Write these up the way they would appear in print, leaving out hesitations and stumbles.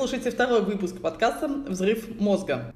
слушаете второй выпуск подкаста «Взрыв мозга».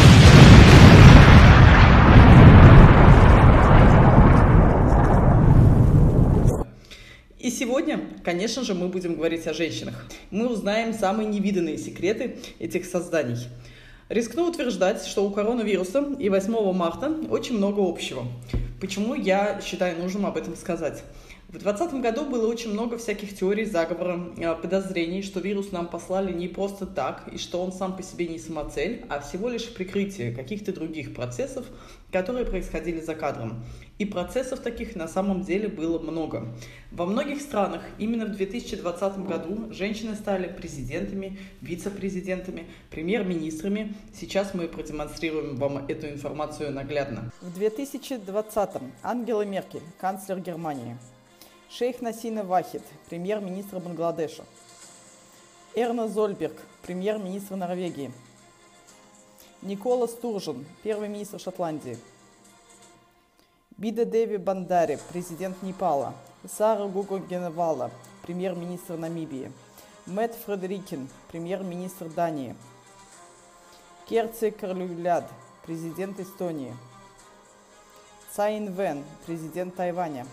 И сегодня, конечно же, мы будем говорить о женщинах. Мы узнаем самые невиданные секреты этих созданий. Рискну утверждать, что у коронавируса и 8 марта очень много общего. Почему я считаю нужным об этом сказать? В 2020 году было очень много всяких теорий заговора, подозрений, что вирус нам послали не просто так, и что он сам по себе не самоцель, а всего лишь прикрытие каких-то других процессов, которые происходили за кадром. И процессов таких на самом деле было много. Во многих странах именно в 2020 году женщины стали президентами, вице-президентами, премьер-министрами. Сейчас мы продемонстрируем вам эту информацию наглядно. В 2020-м Ангела Меркель, канцлер Германии. Шейх Насина Вахид, премьер-министр Бангладеша. Эрна Зольберг, премьер-министр Норвегии. Никола Стуржен, первый министр Шотландии. Бида Деви Бандари, президент Непала. Сара Гугогенвала, премьер-министр Намибии. Мэтт Фредерикин, премьер-министр Дании. Керци Карлюляд, президент Эстонии. Цай Инвен, президент Тайваня.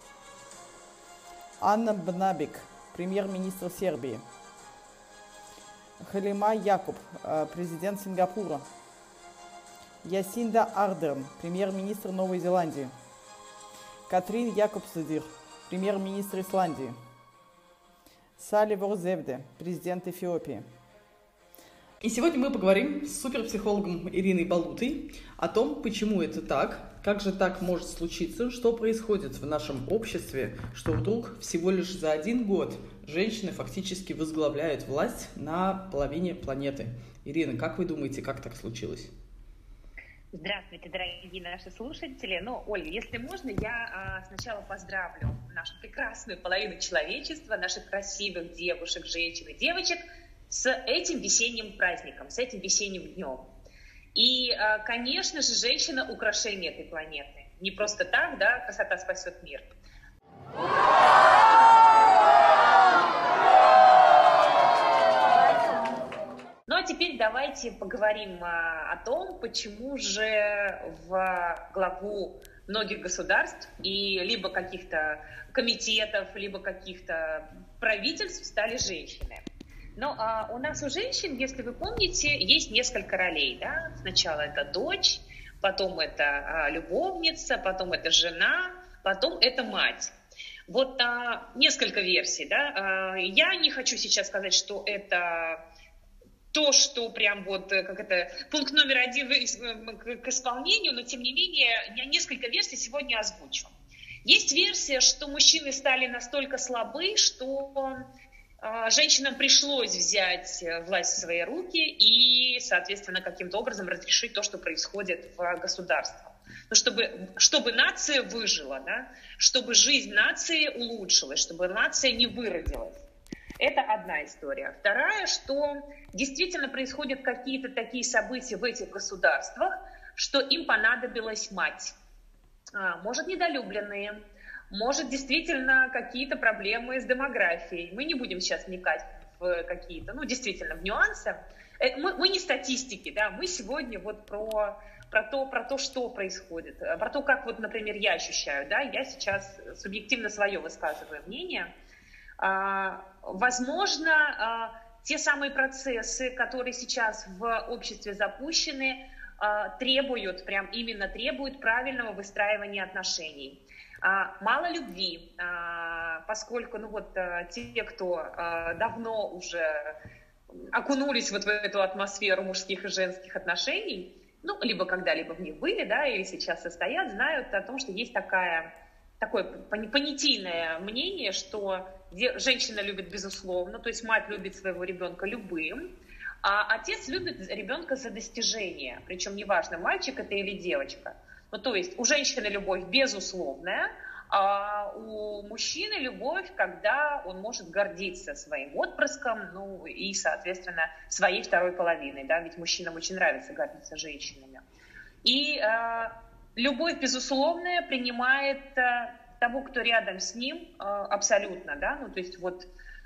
Анна Бнабик, премьер-министр Сербии. Халима Якуб, президент Сингапура. Ясинда Ардерн, премьер-министр Новой Зеландии. Катрин Якобсдир, премьер-министр Исландии. Сали Ворзевде, президент Эфиопии. И сегодня мы поговорим с суперпсихологом Ириной Балутой о том, почему это так, как же так может случиться, что происходит в нашем обществе, что вдруг всего лишь за 1 год женщины фактически возглавляют власть на половине планеты. Ирина, как вы думаете, как так случилось? Здравствуйте, дорогие наши слушатели. Ольга, если можно, я сначала поздравлю нашу прекрасную половину человечества, наших красивых девушек, женщин и девочек с этим весенним праздником, с этим весенним днем. И, конечно же, женщина — украшение этой планеты. Не просто так, да, красота спасет мир. Ну а теперь давайте поговорим о том, почему же в главу многих государств и либо каких-то комитетов, либо каких-то правительств стали женщины. Но у нас у женщин, если вы помните, есть несколько ролей. Да? Сначала это дочь, потом это любовница, потом это жена, потом это мать. Вот несколько версий. Да? Я не хочу сейчас сказать, что это то, что прям вот как это пункт номер 1 к исполнению, но тем не менее я несколько версий сегодня озвучу. Есть версия, что мужчины стали настолько слабы, что женщинам пришлось взять власть в свои руки и, соответственно, каким-то образом разрешить то, что происходит в государствах. Но чтобы нация выжила, да, чтобы жизнь нации улучшилась, чтобы нация не выродилась. Это одна история. Вторая, что действительно происходят какие-то такие события в этих государствах, что им понадобилась мать. Может, недолюбленные, может, действительно какие-то проблемы с демографией. Мы не будем сейчас вникать в какие-то, действительно, в нюансы. Мы не статистики, да, мы сегодня вот про то, что происходит, про то, как вот, например, я ощущаю, да, я сейчас субъективно свое высказываю мнение. Возможно, те самые процессы, которые сейчас в обществе запущены, требуют правильного выстраивания отношений. Мало любви, поскольку те, кто давно уже окунулись вот в эту атмосферу мужских и женских отношений, либо когда-либо в них были, да, или сейчас состоят, знают о том, что есть такое понятийное мнение, что женщина любит безусловно, то есть мать любит своего ребенка любым, а отец любит ребенка за достижение, причем неважно, мальчик это или девочка. То есть у женщины любовь безусловная, а у мужчины любовь, когда он может гордиться своим отпрыском, и, соответственно, своей второй половиной, да, ведь мужчинам очень нравится гордиться женщинами. И любовь безусловная принимает того, кто рядом с ним, абсолютно, да, то есть вот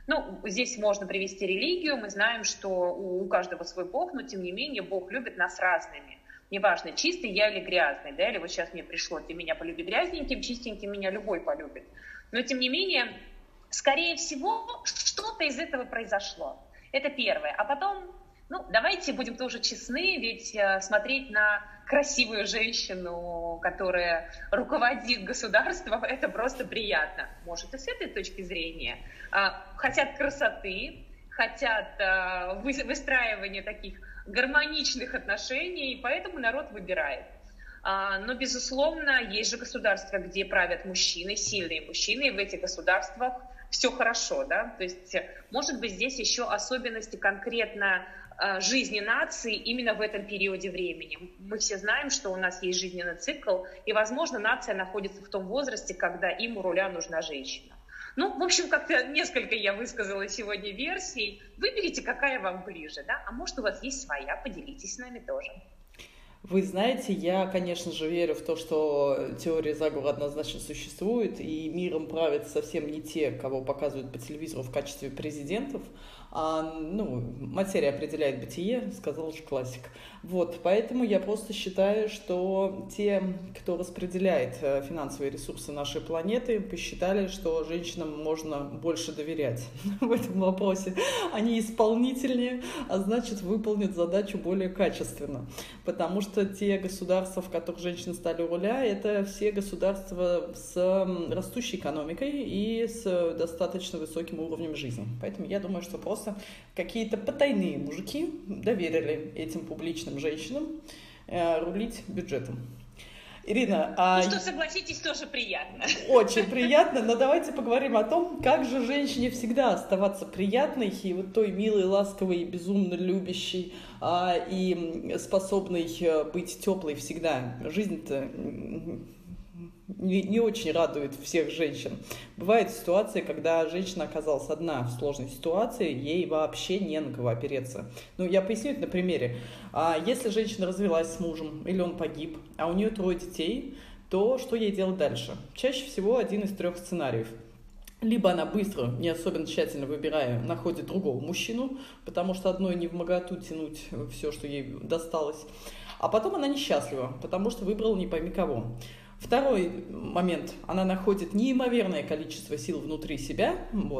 Ну, здесь можно привести религию. Мы знаем, что у каждого свой Бог, но тем не менее Бог любит нас разными. Неважно, чистый я или грязный, да, или вот сейчас мне пришло, ты меня полюби грязненьким, чистеньким меня любой полюбит. Но тем не менее, скорее всего, что-то из этого произошло. Это первое. А потом, ну, давайте будем тоже честны, ведь смотреть на красивую женщину, которая руководит государством, это просто приятно. Может, и с этой точки зрения. Хотят красоты, хотят выстраивания таких гармоничных отношений, и поэтому народ выбирает. Но, безусловно, есть же государства, где правят мужчины, сильные мужчины, и в этих государствах все хорошо, да, то есть, может быть, здесь еще особенности конкретно жизни нации именно в этом периоде времени. Мы все знаем, что у нас есть жизненный цикл, и, возможно, нация находится в том возрасте, когда им у руля нужна женщина. Ну, в общем, как-то несколько я высказала сегодня версий. Выберите, какая вам ближе, да? А может, у вас есть своя, поделитесь с нами тоже. Вы знаете, я, конечно же, верю в то, что теория заговора однозначно существует, и миром правят совсем не те, кого показывают по телевизору в качестве президентов, материя определяет бытие, сказал же классик. Вот, поэтому я просто считаю, что те, кто распределяет финансовые ресурсы нашей планеты, посчитали, что женщинам можно больше доверять в этом вопросе. Они исполнительнее, а значит, выполнят задачу более качественно. Потому что те государства, в которых женщины стали у руля, это все государства с растущей экономикой и с достаточно высоким уровнем жизни. Поэтому я думаю, что просто какие-то потайные мужики доверили этим публичным женщинам рулить бюджетом. Ирина, что, согласитесь, тоже приятно. Очень приятно, но давайте поговорим о том, как же женщине всегда оставаться приятной и вот той милой, ласковой, безумно любящей и способной быть теплой всегда. Жизнь-то не очень радует всех женщин. Бывают ситуации, когда женщина оказалась одна в сложной ситуации, ей вообще не на кого опереться. Я поясню это на примере. Если женщина развелась с мужем или он погиб, а у нее 3 детей, то что ей делать дальше? Чаще всего один из 3 сценариев. Либо она быстро, не особенно тщательно выбирая, находит другого мужчину, потому что одной не вмоготу тянуть все, что ей досталось. А потом она несчастлива, потому что выбрала не пойми кого. Второй момент. Она находит неимоверное количество сил внутри себя,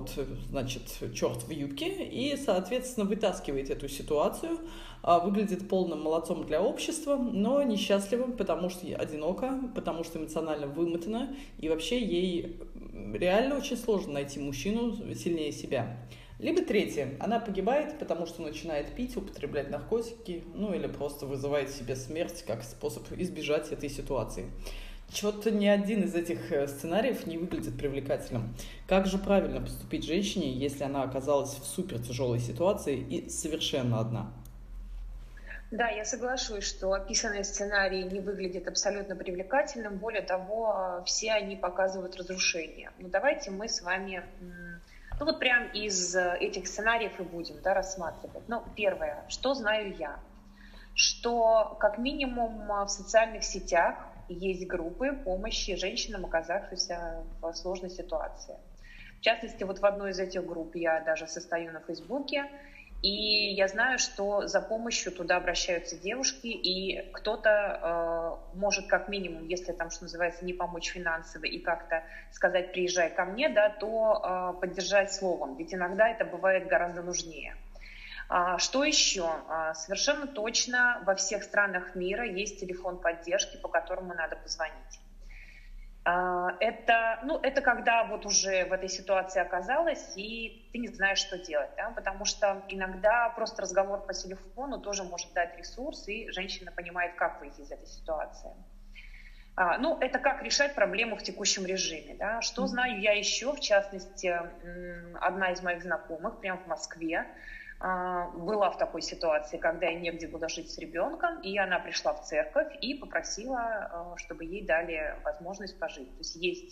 черт в юбке, и, соответственно, вытаскивает эту ситуацию, выглядит полным молодцом для общества, но несчастливым, потому что одинока, потому что эмоционально вымотана, и вообще ей реально очень сложно найти мужчину сильнее себя. Либо третье. Она погибает, потому что начинает пить, употреблять наркотики, или просто вызывает себе смерть как способ избежать этой ситуации. Чего-то ни один из этих сценариев не выглядит привлекательным. Как же правильно поступить женщине, если она оказалась в супер тяжелой ситуации и совершенно одна? Да, я соглашусь, что описанные сценарии не выглядят абсолютно привлекательным. Более того, все они показывают разрушение. Давайте мы с вами прям из этих сценариев и будем рассматривать. Первое, что знаю я, что как минимум в социальных сетях есть группы помощи женщинам, оказавшимся в сложной ситуации. В частности, в одной из этих групп я даже состою на Фейсбуке, и я знаю, что за помощью туда обращаются девушки, и кто-то может как минимум, если там, что называется, не помочь финансово и как-то сказать «приезжай ко мне», то поддержать словом, ведь иногда это бывает гораздо нужнее. Что еще? Совершенно точно во всех странах мира есть телефон поддержки, по которому надо позвонить. Это когда уже в этой ситуации оказалась, и ты не знаешь, что делать, потому что иногда просто разговор по телефону тоже может дать ресурс, и женщина понимает, как выйти из этой ситуации. Это как решать проблему в текущем режиме. Что знаю я еще, в частности, одна из моих знакомых прямо в Москве была в такой ситуации, когда ей негде было жить с ребенком, и она пришла в церковь и попросила, чтобы ей дали возможность пожить. То есть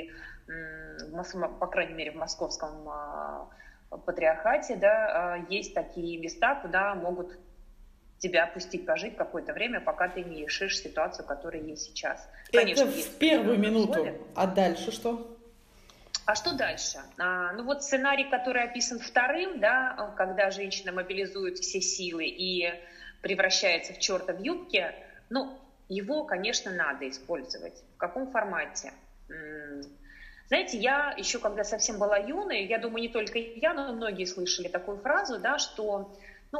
по крайней мере, в московском патриархате, есть такие места, куда могут тебя пустить пожить какое-то время, пока ты не решишь ситуацию, которая есть сейчас. Конечно, это в первую минуту. А дальше что? А что дальше? Ну вот сценарий, который описан вторым, да, когда женщина мобилизует все силы и превращается в черта в юбке, ну, его, конечно, надо использовать. В каком формате? Знаете, я еще когда совсем была юной, я думаю, не только я, но многие слышали такую фразу, да, что, ну,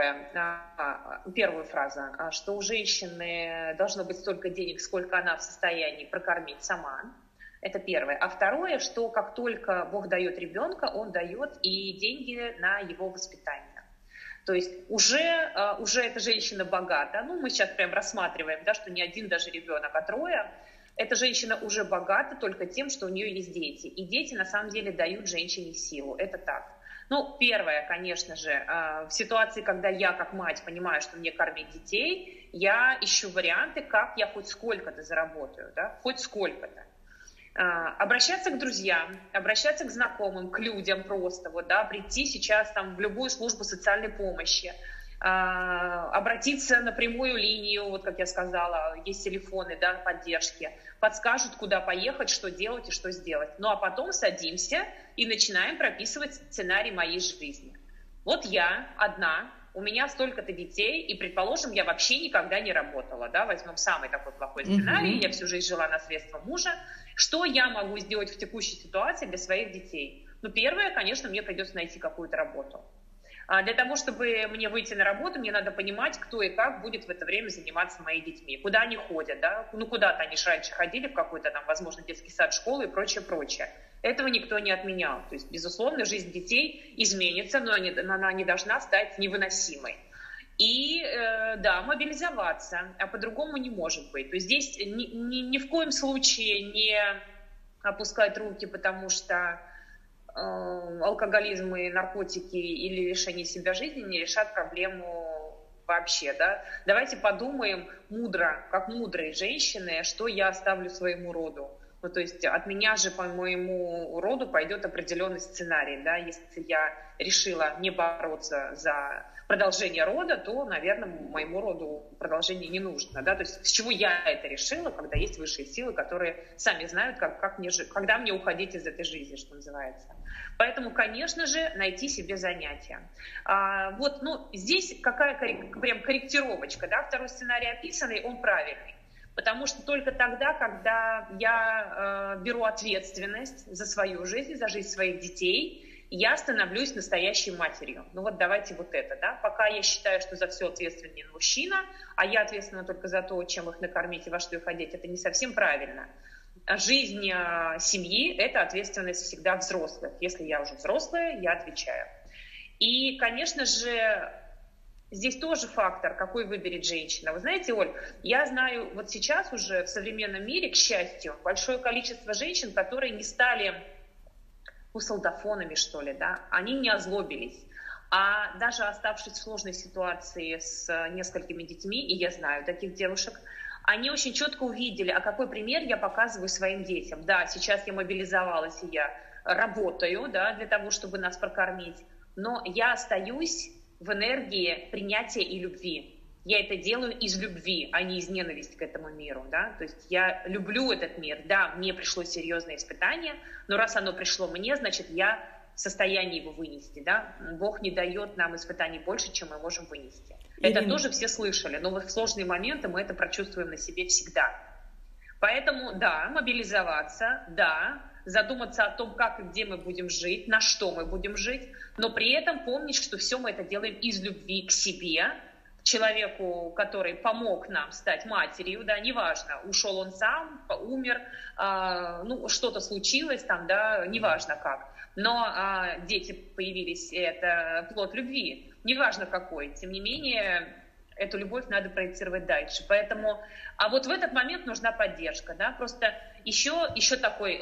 первую фразу, что у женщины должно быть столько денег, сколько она в состоянии прокормить сама. Это первое. А второе, что как только Бог дает ребенка, Он дает и деньги на его воспитание. То есть уже эта женщина богата. Ну, мы сейчас прям рассматриваем, да, что не один даже ребенок, а трое. Эта женщина уже богата только тем, что у нее есть дети. И дети на самом деле дают женщине силу. Это так. Ну, первое, конечно же, в ситуации, когда я как мать понимаю, что мне кормить детей, я ищу варианты, как я хоть сколько-то заработаю, да, хоть сколько-то. Обращаться к друзьям, обращаться к знакомым, к людям просто, вот, да, прийти сейчас там в любую службу социальной помощи, обратиться на прямую линию, вот как я сказала, есть телефоны, да, поддержки, подскажут, куда поехать, что делать и что сделать. Ну а потом садимся и начинаем прописывать сценарий моей жизни. Вот я одна, у меня столько-то детей, и, предположим, я вообще никогда не работала, да, возьмем самый такой плохой сценарий, я всю жизнь жила на средства мужа. Что я могу сделать в текущей ситуации для своих детей? Ну, первое, конечно, мне придется найти какую-то работу. Для того, чтобы мне выйти на работу, мне надо понимать, кто и как будет в это время заниматься моими детьми, куда они ходят, да, ну, куда-то они же раньше ходили, в какой-то там, возможно, детский сад, школу и прочее. Этого никто не отменял. То есть, безусловно, жизнь детей изменится, но она не должна стать невыносимой. И, да, мобилизоваться, а по-другому не может быть. То есть здесь ни в коем случае не опускать руки, потому что алкоголизм и наркотики или лишение себя жизни не решат проблему вообще, да. Давайте подумаем мудро, как мудрые женщины, что я оставлю своему роду. Ну, то есть от меня же по моему роду пойдет определенный сценарий, да. Если я решила не бороться за продолжение рода, то, наверное, моему роду продолжение не нужно, да. То есть с чего я это решила, когда есть высшие силы, которые сами знают, как мне жить, когда мне уходить из этой жизни, что называется. Поэтому, конечно же, найти себе занятия. Вот, ну, здесь какая прям корректировочка, да, второй сценарий описанный, он правильный. Потому что только тогда, когда я беру ответственность за свою жизнь, за жизнь своих детей, я становлюсь настоящей матерью. Ну вот давайте вот это, да. Пока я считаю, что за все ответственен мужчина, а я ответственна только за то, чем их накормить и во что их одеть, это не совсем правильно. Жизнь семьи – это ответственность всегда взрослых. Если я уже взрослая, я отвечаю. И, конечно же, здесь тоже фактор, какой выберет женщина. Вы знаете, Оль, я знаю вот сейчас уже в современном мире, к счастью, большое количество женщин, которые не стали, ну, солдафонами, что ли, да, они не озлобились. А даже оставшись в сложной ситуации с несколькими детьми, и я знаю таких девушек, они очень четко увидели, а какой пример я показываю своим детям. Да, сейчас я мобилизовалась, и я работаю, да, для того, чтобы нас прокормить, но я остаюсь в энергии принятия и любви. Я это делаю из любви, а не из ненависти к этому миру, да. То есть я люблю этот мир. Да, мне пришло серьезное испытание, но раз оно пришло мне, значит, я в состоянии его вынести, да. Бог не дает нам испытаний больше, чем мы можем вынести. Ирина. Это тоже все слышали, но вот в сложные моменты мы это прочувствуем на себе всегда. Поэтому, да, мобилизоваться, да, задуматься о том, как и где мы будем жить, на что мы будем жить, но при этом помнить, что все мы это делаем из любви к себе, к человеку, который помог нам стать матерью, да, неважно, ушел он сам, умер, ну, что-то случилось там, да, неважно как, но дети появились, это плод любви, неважно какой, тем не менее, эту любовь надо проецировать дальше. Поэтому, а вот в этот момент нужна поддержка, да, просто еще такой,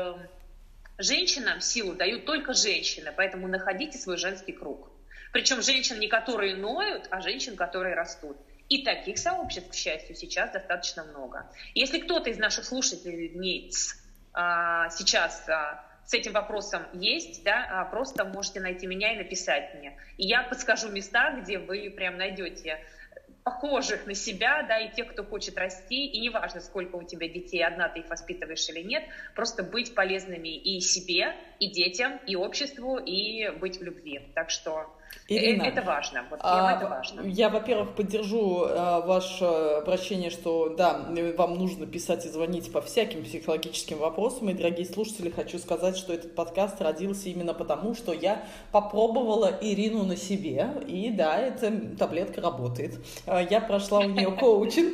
женщинам силу дают только женщины, поэтому находите свой женский круг. Причем женщин не которые ноют, а женщин, которые растут. И таких сообществ, к счастью, сейчас достаточно много. Если кто-то из наших слушателей сейчас с этим вопросом есть, да, просто можете найти меня и написать мне. И я подскажу места, где вы прям найдете похожих на себя, да, и тех, кто хочет расти, и неважно, сколько у тебя детей, одна ты их воспитываешь или нет, просто быть полезными и себе, и детям, и обществу, и быть в любви. Так что Ирина, это важно. Вот это важно. Я, во-первых, поддержу ваше обращение, что да, вам нужно писать и звонить по всяким психологическим вопросам. И, дорогие слушатели, хочу сказать, что этот подкаст родился именно потому, что я попробовала Ирину на себе. И да, эта таблетка работает. Я прошла у нее коучинг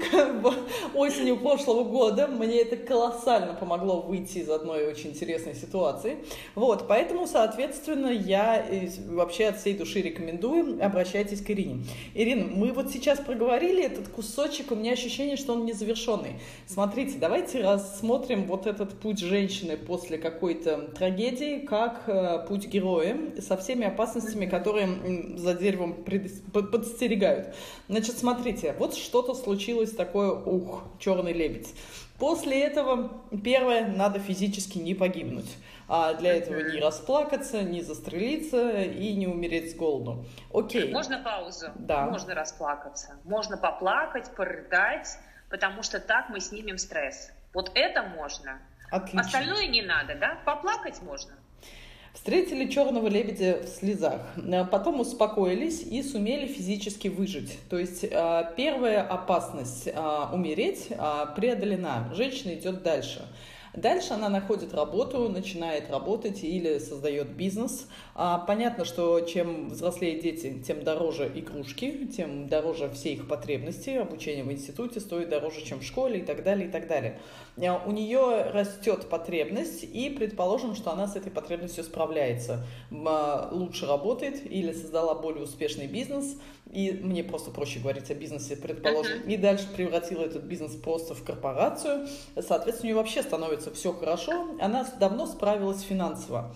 осенью прошлого года. Мне это колоссально помогло выйти из одной очень интересной ситуации. Вот, поэтому, соответственно, я вообще от всей души рекомендую, обращайтесь к Ирине. Ирина, мы вот сейчас проговорили этот кусочек, у меня ощущение, что он незавершенный. Смотрите, давайте рассмотрим вот этот путь женщины после какой-то трагедии, как путь героя, со всеми опасностями, которые за деревом подстерегают. Значит, смотрите, вот что-то случилось такое, черный лебедь. После этого, первое, надо физически не погибнуть. А для этого не расплакаться, не застрелиться и не умереть с голоду. Окей. Можно паузу? Да. Можно расплакаться. Можно поплакать, порыдать, потому что так мы снимем стресс. Вот это можно. Отлично. Остальное не надо, да? Поплакать можно. Встретили черного лебедя в слезах, потом успокоились и сумели физически выжить. То есть первая опасность умереть преодолена. Женщина идет дальше. Дальше она находит работу, начинает работать или создает бизнес. Понятно, что чем взрослее дети, тем дороже игрушки, тем дороже все их потребности. Обучение в институте стоит дороже, чем в школе и так далее, и так далее. У нее растет потребность, и предположим, что она с этой потребностью справляется. Лучше работает или создала более успешный бизнес, и мне просто проще говорить о бизнесе, предположим, и дальше превратила этот бизнес просто в корпорацию. Соответственно, у нее вообще становится все хорошо, она давно справилась финансово.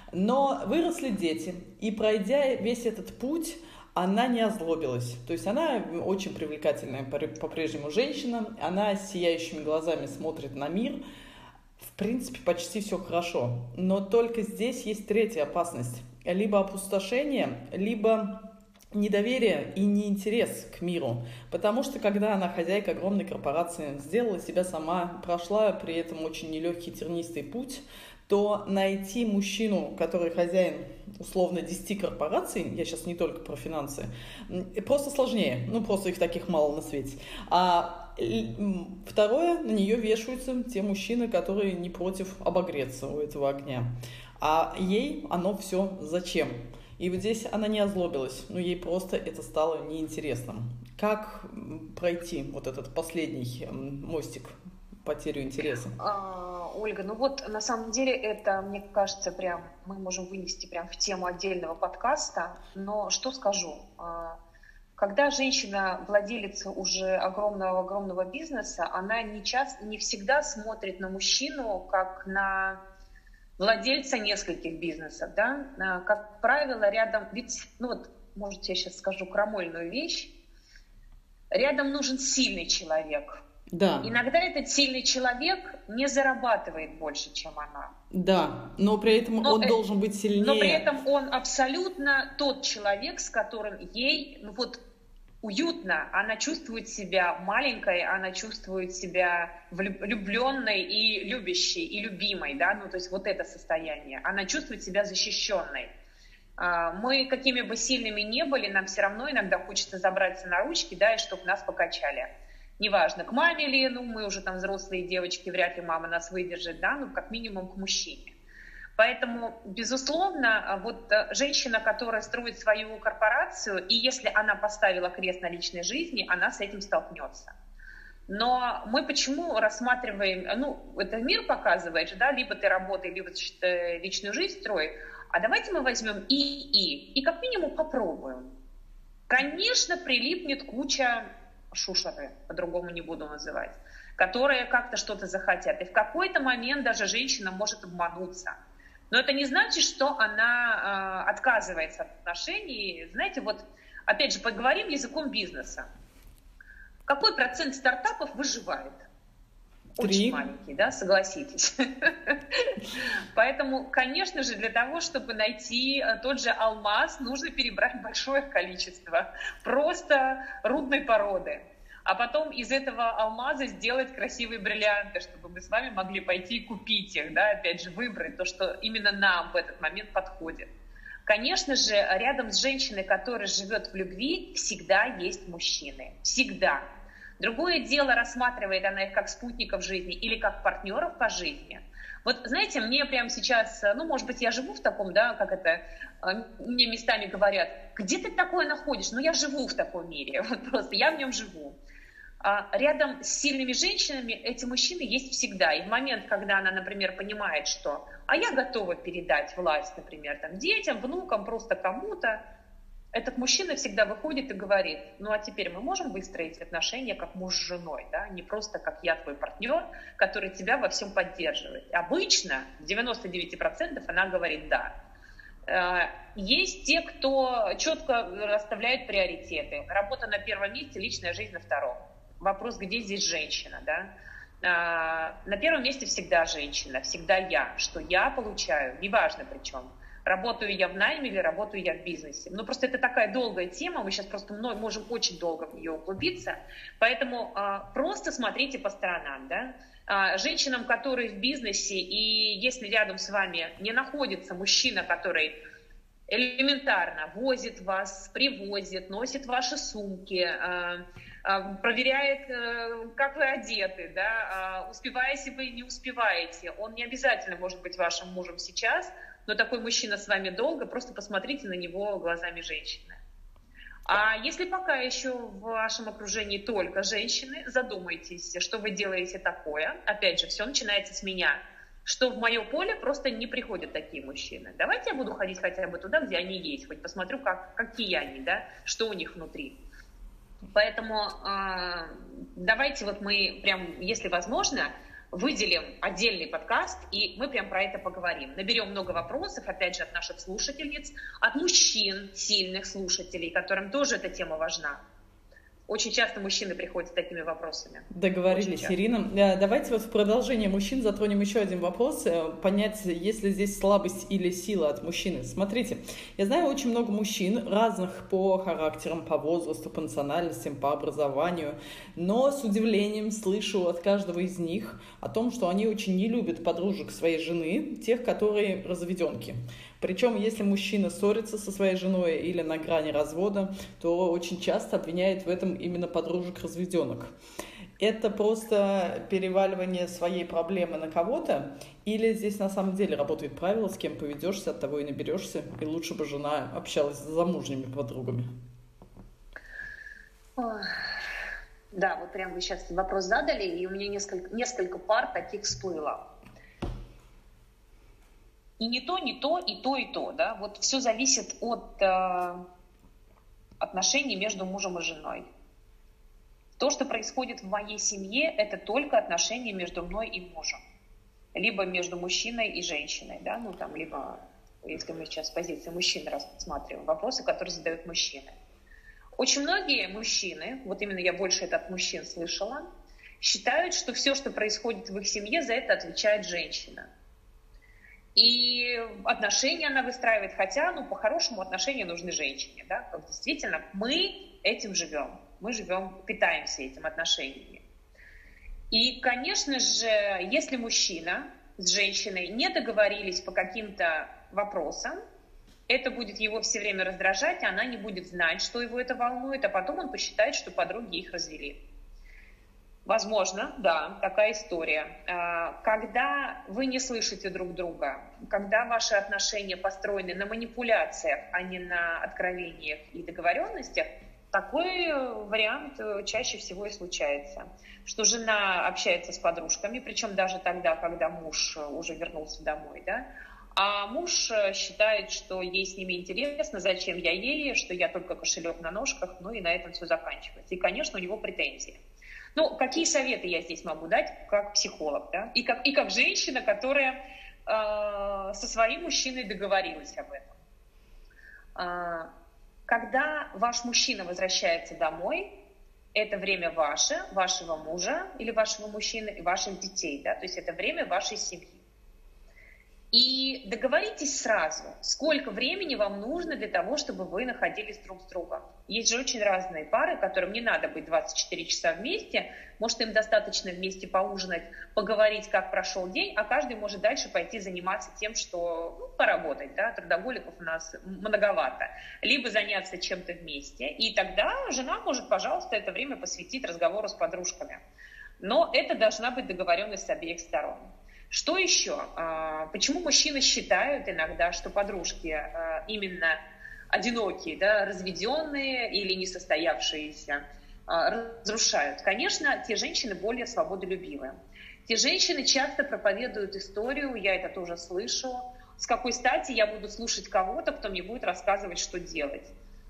Но выросли дети, и пройдя весь этот путь, она не озлобилась. То есть она очень привлекательная по-прежнему женщина, она с сияющими глазами смотрит на мир. В принципе, почти все хорошо. Но только здесь есть третья опасность. Либо опустошение, либо недоверие и неинтерес к миру. Потому что когда она хозяйка огромной корпорации, сделала себя сама, прошла при этом очень нелегкий тернистый путь, то найти мужчину, который хозяин условно 10 корпораций, я сейчас не только про финансы, просто сложнее, просто их таких мало на свете. А второе, на нее вешаются те мужчины, которые не против обогреться у этого огня. А ей оно все зачем? И вот здесь она не озлобилась, но ей просто это стало неинтересным. Как пройти вот этот последний мостик, потерю интереса? Ольга, на самом деле это, мне кажется, прям мы можем вынести прям в тему отдельного подкаста, но что скажу? Когда женщина владелица уже огромного бизнеса, она не всегда смотрит на мужчину как на владельца нескольких бизнесов, да, как правило, рядом, может, я сейчас скажу крамольную вещь, рядом нужен сильный человек. Да. Иногда этот сильный человек не зарабатывает больше, чем она. Да, но при этом он должен быть сильнее. Но при этом он абсолютно тот человек, с которым ей, уютно, она чувствует себя маленькой, она чувствует себя влюбленной и любящей, и любимой, да, то есть вот это состояние. Она чувствует себя защищенной. Мы какими бы сильными ни были, нам все равно иногда хочется забраться на ручки, да, и чтобы нас покачали. Неважно, к маме ли, мы уже там взрослые девочки, вряд ли мама нас выдержит, да, как минимум к мужчине. Поэтому, безусловно, женщина, которая строит свою корпорацию, и если она поставила крест на личной жизни, она с этим столкнется. Но мы почему рассматриваем, это мир показывает, да, либо ты работай, либо ты личную жизнь строй, а давайте мы возьмем и как минимум попробуем. Конечно, прилипнет куча шушеры, по-другому не буду называть, которые как-то что-то захотят. И в какой-то момент даже женщина может обмануться. Но это не значит, что она отказывается от отношений. Знаете, опять же, поговорим языком бизнеса. Какой процент стартапов выживает? Очень маленький, да, согласитесь. Поэтому, конечно же, для того, чтобы найти тот же алмаз, нужно перебрать большое количество просто рудной породы. А потом из этого алмаза сделать красивые бриллианты, чтобы мы с вами могли пойти и купить их, да, опять же, выбрать то, что именно нам в этот момент подходит. Конечно же, рядом с женщиной, которая живет в любви, всегда есть мужчины. Всегда. Другое дело, рассматривает она их как спутников жизни или как партнеров по жизни. Вот, знаете, мне прямо сейчас, ну, может быть, я живу в таком, да, как это, мне местами говорят, где ты такое находишь? Ну, я живу в таком мире, вот просто я в нем живу. А рядом с сильными женщинами эти мужчины есть всегда. И в момент, когда она, например, понимает, что «а я готова передать власть, например, там, детям, внукам, просто кому-то», этот мужчина всегда выходит и говорит: ну а теперь мы можем выстроить отношения как муж с женой, да? Не просто как я твой партнер, который тебя во всем поддерживает. Обычно, в 99% она говорит «да». Есть те, кто четко расставляет приоритеты. Работа на первом месте, личная жизнь на втором. Вопрос, где здесь женщина, да? На первом месте всегда женщина, всегда я. Что я получаю, неважно причем. Работаю я в найме или работаю я в бизнесе. Ну, просто это такая долгая тема, мы сейчас просто можем очень долго в нее углубиться. Поэтому просто смотрите по сторонам, да? Женщинам, которые в бизнесе, и если рядом с вами не находится мужчина, который элементарно возит вас, привозит, носит ваши сумки, проверяет, как вы одеты, да, успеваете вы, не успеваете. Он не обязательно может быть вашим мужем сейчас, но такой мужчина с вами долго, просто посмотрите на него глазами женщины. А если пока еще в вашем окружении только женщины, задумайтесь, что вы делаете такое. Опять же, все начинается с меня. Что в мое поле просто не приходят такие мужчины. Давайте я буду ходить хотя бы туда, где они есть, хоть посмотрю, какие они, да, что у них внутри. Поэтому давайте вот мы прям, если возможно, выделим отдельный подкаст, и мы прям про это поговорим. Наберем много вопросов, опять же, от наших слушательниц, от мужчин, сильных слушателей, которым тоже эта тема важна. Очень часто мужчины приходят с такими вопросами. Договорились, Ирина. Давайте вот в продолжение мужчин затронем еще один вопрос, понять, есть ли здесь слабость или сила от мужчины. Смотрите, я знаю очень много мужчин, разных по характерам, по возрасту, по национальностям, по образованию, но с удивлением слышу от каждого из них о том, что они очень не любят подружек своей жены, тех, которые разведенки. Причем, если мужчина ссорится со своей женой или на грани развода, то очень часто обвиняет в этом именно подружек-разведенок. Это просто переваливание своей проблемы на кого-то? Или здесь на самом деле работает правило, с кем поведешься, от того и наберешься, и лучше бы жена общалась с замужними подругами? Да, вот прям вы сейчас вопрос задали, и у меня несколько пар таких всплыло. И не то, и то, да. Вот все зависит от отношений между мужем и женой. То, что происходит в моей семье, это только отношения между мной и мужем. Либо между мужчиной и женщиной, да, ну там, либо, если мы сейчас с позиции мужчины рассматриваем вопросы, которые задают мужчины. Очень многие мужчины, вот именно я больше это от мужчин слышала, считают, что все, что происходит в их семье, за это отвечает женщина. И отношения она выстраивает, хотя, ну, по-хорошему отношения нужны женщине, да, как действительно мы этим живем, питаемся этим отношениями. И, конечно же, если мужчина с женщиной не договорились по каким-то вопросам, это будет его все время раздражать, а она не будет знать, что его это волнует, а потом он посчитает, что подруги их развели. Возможно, да, такая история. Когда вы не слышите друг друга, когда ваши отношения построены на манипуляциях, а не на откровениях и договоренностях, такой вариант чаще всего и случается. Что жена общается с подружками, причем даже тогда, когда муж уже вернулся домой, да, а муж считает, что ей с ними интересно, зачем я ей, что я только кошелек на ножках, ну и на этом все заканчивается. И, конечно, у него претензии. Ну, какие советы я здесь могу дать как психолог, да? И как женщина, которая со своим мужчиной договорилась об этом. Когда ваш мужчина возвращается домой, это время ваше, вашего мужа или вашего мужчины и ваших детей, да, то есть это время вашей семьи. И договоритесь сразу, сколько времени вам нужно для того, чтобы вы находились друг с другом. Есть же очень разные пары, которым не надо быть 24 часа вместе. Может, им достаточно вместе поужинать, поговорить, как прошел день, а каждый может дальше пойти заниматься тем, что поработать. Да? Трудоголиков у нас многовато. Либо заняться чем-то вместе. И тогда жена может, пожалуйста, это время посвятить разговору с подружками. Но это должна быть договоренность с обеих сторон. Что еще? Почему мужчины считают иногда, что подружки именно одинокие, да, разведенные или несостоявшиеся разрушают? Конечно, те женщины более свободолюбивые. Те женщины часто проповедуют историю, я это тоже слышу, с какой стати я буду слушать кого-то, кто мне будет рассказывать, что делать.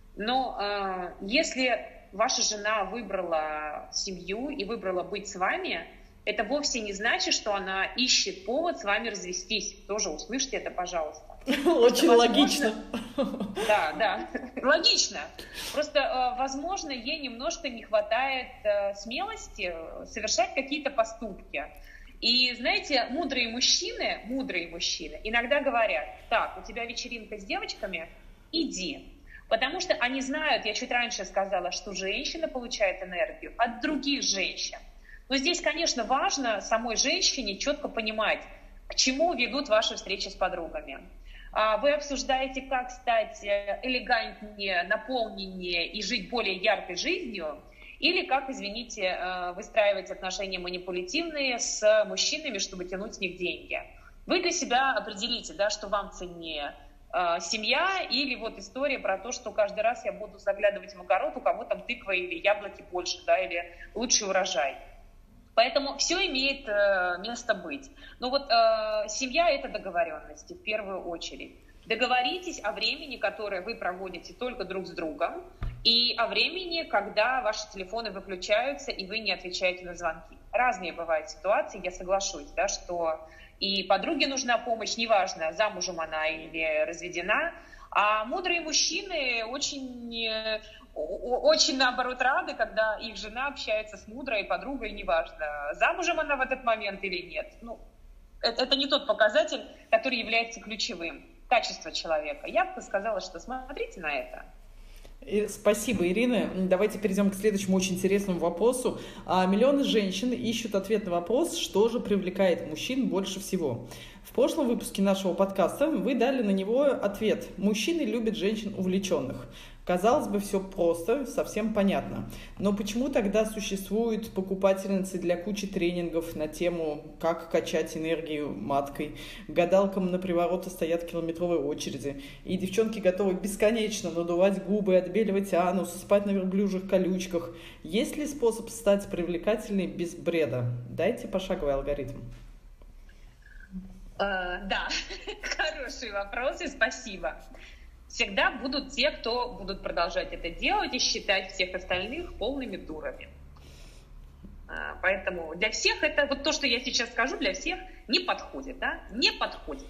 Но если ваша жена выбрала семью и выбрала быть с вами, это вовсе не значит, что она ищет повод с вами развестись. Тоже услышьте это, пожалуйста. Очень логично. Да, логично. Просто, возможно, ей немножко не хватает смелости совершать какие-то поступки. И, знаете, мудрые мужчины иногда говорят: так, у тебя вечеринка с девочками, иди. Потому что они знают, я чуть раньше сказала, что женщина получает энергию от других женщин. Но здесь, конечно, важно самой женщине четко понимать, к чему ведут ваши встречи с подругами. Вы обсуждаете, как стать элегантнее, наполненнее и жить более яркой жизнью, или как, извините, выстраивать отношения манипулятивные с мужчинами, чтобы тянуть с них деньги. Вы для себя определите, да, что вам ценнее: семья или вот история про то, что каждый раз я буду заглядывать в огород, у кого там тыква или яблоки больше, да, или лучший урожай. Поэтому все имеет место быть. Но вот семья – это договоренности в первую очередь. Договоритесь о времени, которое вы проводите только друг с другом, и о времени, когда ваши телефоны выключаются, и вы не отвечаете на звонки. Разные бывают ситуации, я соглашусь, да, что и подруге нужна помощь, неважно, замужем она или разведена, а мудрые мужчины очень, наоборот, рады, когда их жена общается с мудрой подругой, неважно, замужем она в этот момент или нет. Это не тот показатель, который является ключевым. Качество человека. Я бы сказала, что смотрите на это. Спасибо, Ирина. Давайте перейдем к следующему очень интересному вопросу. Миллионы женщин ищут ответ на вопрос, что же привлекает мужчин больше всего. В прошлом выпуске нашего подкаста вы дали на него ответ. Мужчины любят женщин увлеченных. Казалось бы, все просто, совсем понятно. Но почему тогда существуют покупательницы для кучи тренингов на тему, как качать энергию маткой? К гадалкам на привороты стоят километровые очереди. И девчонки готовы бесконечно надувать губы, отбеливать анус, спать на верблюжьих колючках. Есть ли способ стать привлекательной без бреда? Дайте пошаговый алгоритм. Да, хороший вопрос, и спасибо. Всегда будут те, кто будут продолжать это делать и считать всех остальных полными дурами. Поэтому для всех это, вот то, что я сейчас скажу, для всех не подходит, да? Не подходит.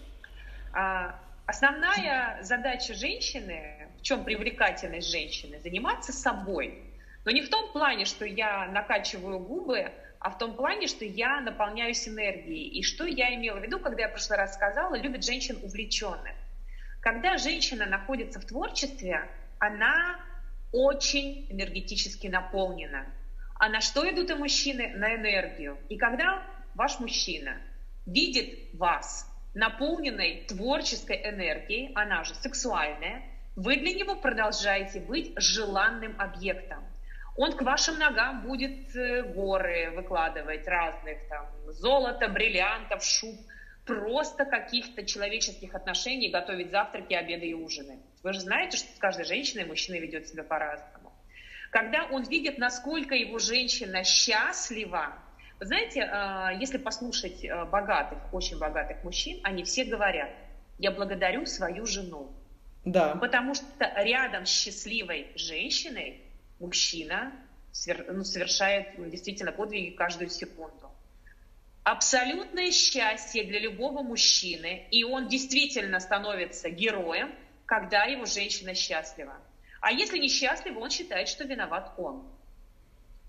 Основная задача женщины, в чем привлекательность женщины, заниматься собой. Но не в том плане, что я накачиваю губы, а в том плане, что я наполняюсь энергией. И что я имела в виду, когда я в прошлый раз сказала, любят женщин увлеченных. Когда женщина находится в творчестве, она очень энергетически наполнена. А на что идут и мужчины? На энергию. И когда ваш мужчина видит вас наполненной творческой энергией, она же сексуальная, вы для него продолжаете быть желанным объектом. Он к вашим ногам будет горы выкладывать разных, там, золота, бриллиантов, шуб, просто каких-то человеческих отношений, готовить завтраки, обеды и ужины. Вы же знаете, что с каждой женщиной мужчина ведет себя по-разному. Когда он видит, насколько его женщина счастлива, вы знаете, если послушать богатых, очень богатых мужчин, они все говорят: я благодарю свою жену. Да. Потому что рядом с счастливой женщиной мужчина совершает действительно подвиги каждую секунду. Абсолютное счастье для любого мужчины, и он действительно становится героем, когда его женщина счастлива. А если не счастлива, он считает, что виноват он.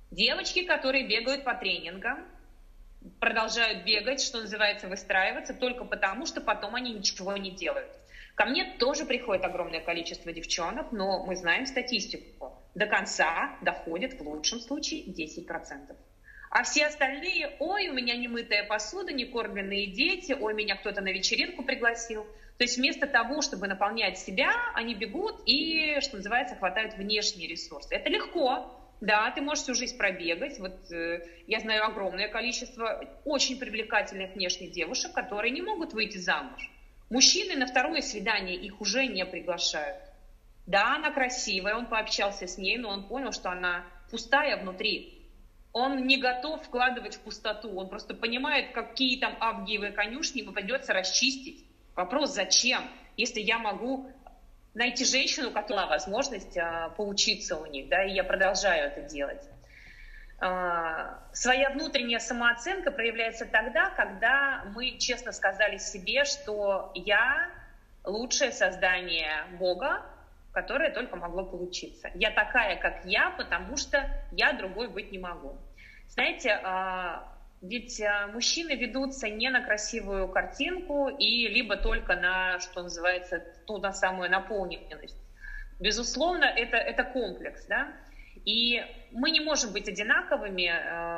Девочки, которые бегают по тренингам, продолжают бегать, что называется, выстраиваться, только потому, что потом они ничего не делают. Ко мне тоже приходит огромное количество девчонок, но мы знаем статистику. До конца доходит в лучшем случае 10%. А все остальные: ой, у меня немытая посуда, некормленные дети, ой, меня кто-то на вечеринку пригласил. То есть вместо того, чтобы наполнять себя, они бегут и, что называется, хватают внешние ресурсы. Это легко. Да, ты можешь всю жизнь пробегать. Вот я знаю огромное количество очень привлекательных внешних девушек, которые не могут выйти замуж. Мужчины на второе свидание их уже не приглашают. Да, она красивая, он пообщался с ней, но он понял, что она пустая внутри. Он не готов вкладывать в пустоту, он просто понимает, какие там авгиевые конюшни ему придется расчистить. Вопрос: зачем, если я могу найти женщину, которая имела возможность поучиться у них, да, и я продолжаю это делать. Своя внутренняя самооценка проявляется тогда, когда мы честно сказали себе, что я лучшее создание Бога, которое только могло получиться. Я такая, как я, потому что я другой быть не могу. Знаете, ведь мужчины ведутся не на красивую картинку и либо только на, что называется, ту на самую наполненность. Безусловно, это комплекс, да? И мы не можем быть одинаковыми,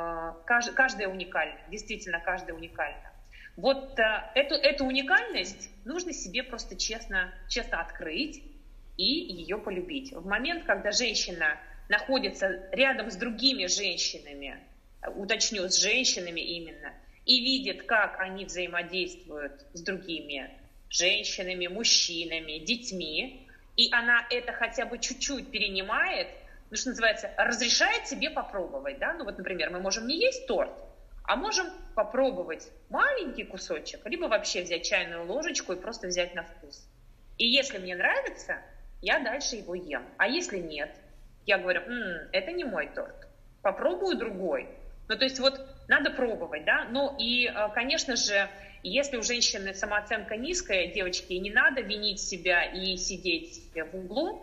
каждая уникальна, действительно, каждая уникальна. Вот эту уникальность нужно себе просто честно открыть и ее полюбить. В момент, когда женщина находится рядом с другими женщинами, уточню, с женщинами именно, и видит, как они взаимодействуют с другими женщинами, мужчинами, детьми, и она это хотя бы чуть-чуть перенимает, ну, что называется, разрешает себе попробовать, да, ну вот, например, мы можем не есть торт, а можем попробовать маленький кусочек, либо вообще взять чайную ложечку и просто взять на вкус. И если мне нравится, я дальше его ем. А если нет, я говорю: это не мой торт, попробую другой. Ну, то есть вот надо пробовать, да. Ну и, конечно же, если у женщины самооценка низкая, девочки, не надо винить себя и сидеть в углу.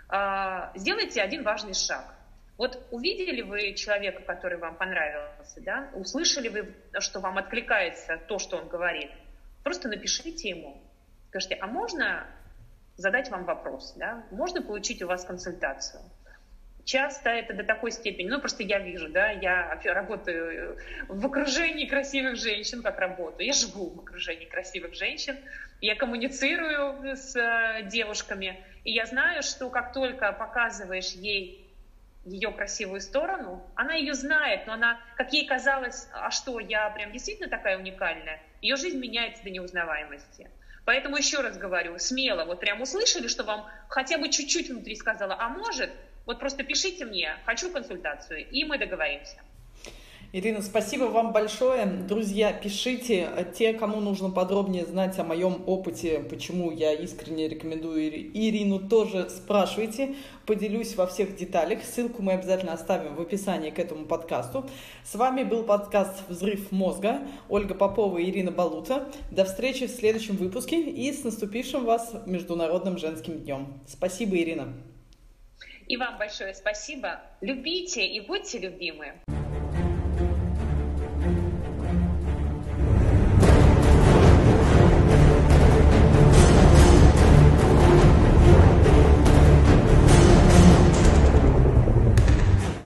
Сделайте один важный шаг. Вот увидели вы человека, который вам понравился, да? Услышали вы, что вам откликается то, что он говорит, просто напишите ему. Скажите: а можно задать вам вопрос, да? Можно получить у вас консультацию? Часто это до такой степени, ну просто я вижу, да, я работаю в окружении красивых женщин, как работаю, я живу в окружении красивых женщин, я коммуницирую с девушками, и я знаю, что как только показываешь ей ее красивую сторону, она ее знает, но она, как ей казалось, а что, я прям действительно такая уникальная, ее жизнь меняется до неузнаваемости. Поэтому еще раз говорю, смело, вот прям услышали, что вам хотя бы чуть-чуть внутри сказала, а может, вот просто пишите мне, хочу консультацию, и мы договоримся. Ирина, спасибо вам большое. Друзья, пишите. Те, кому нужно подробнее знать о моем опыте, почему я искренне рекомендую Ирину, тоже спрашивайте. Поделюсь во всех деталях. Ссылку мы обязательно оставим в описании к этому подкасту. С вами был подкаст «Взрыв мозга». Ольга Попова и Ирина Балута. До встречи в следующем выпуске и с наступившим вас Международным женским днем. Спасибо, Ирина. И вам большое спасибо. Любите и будьте любимы.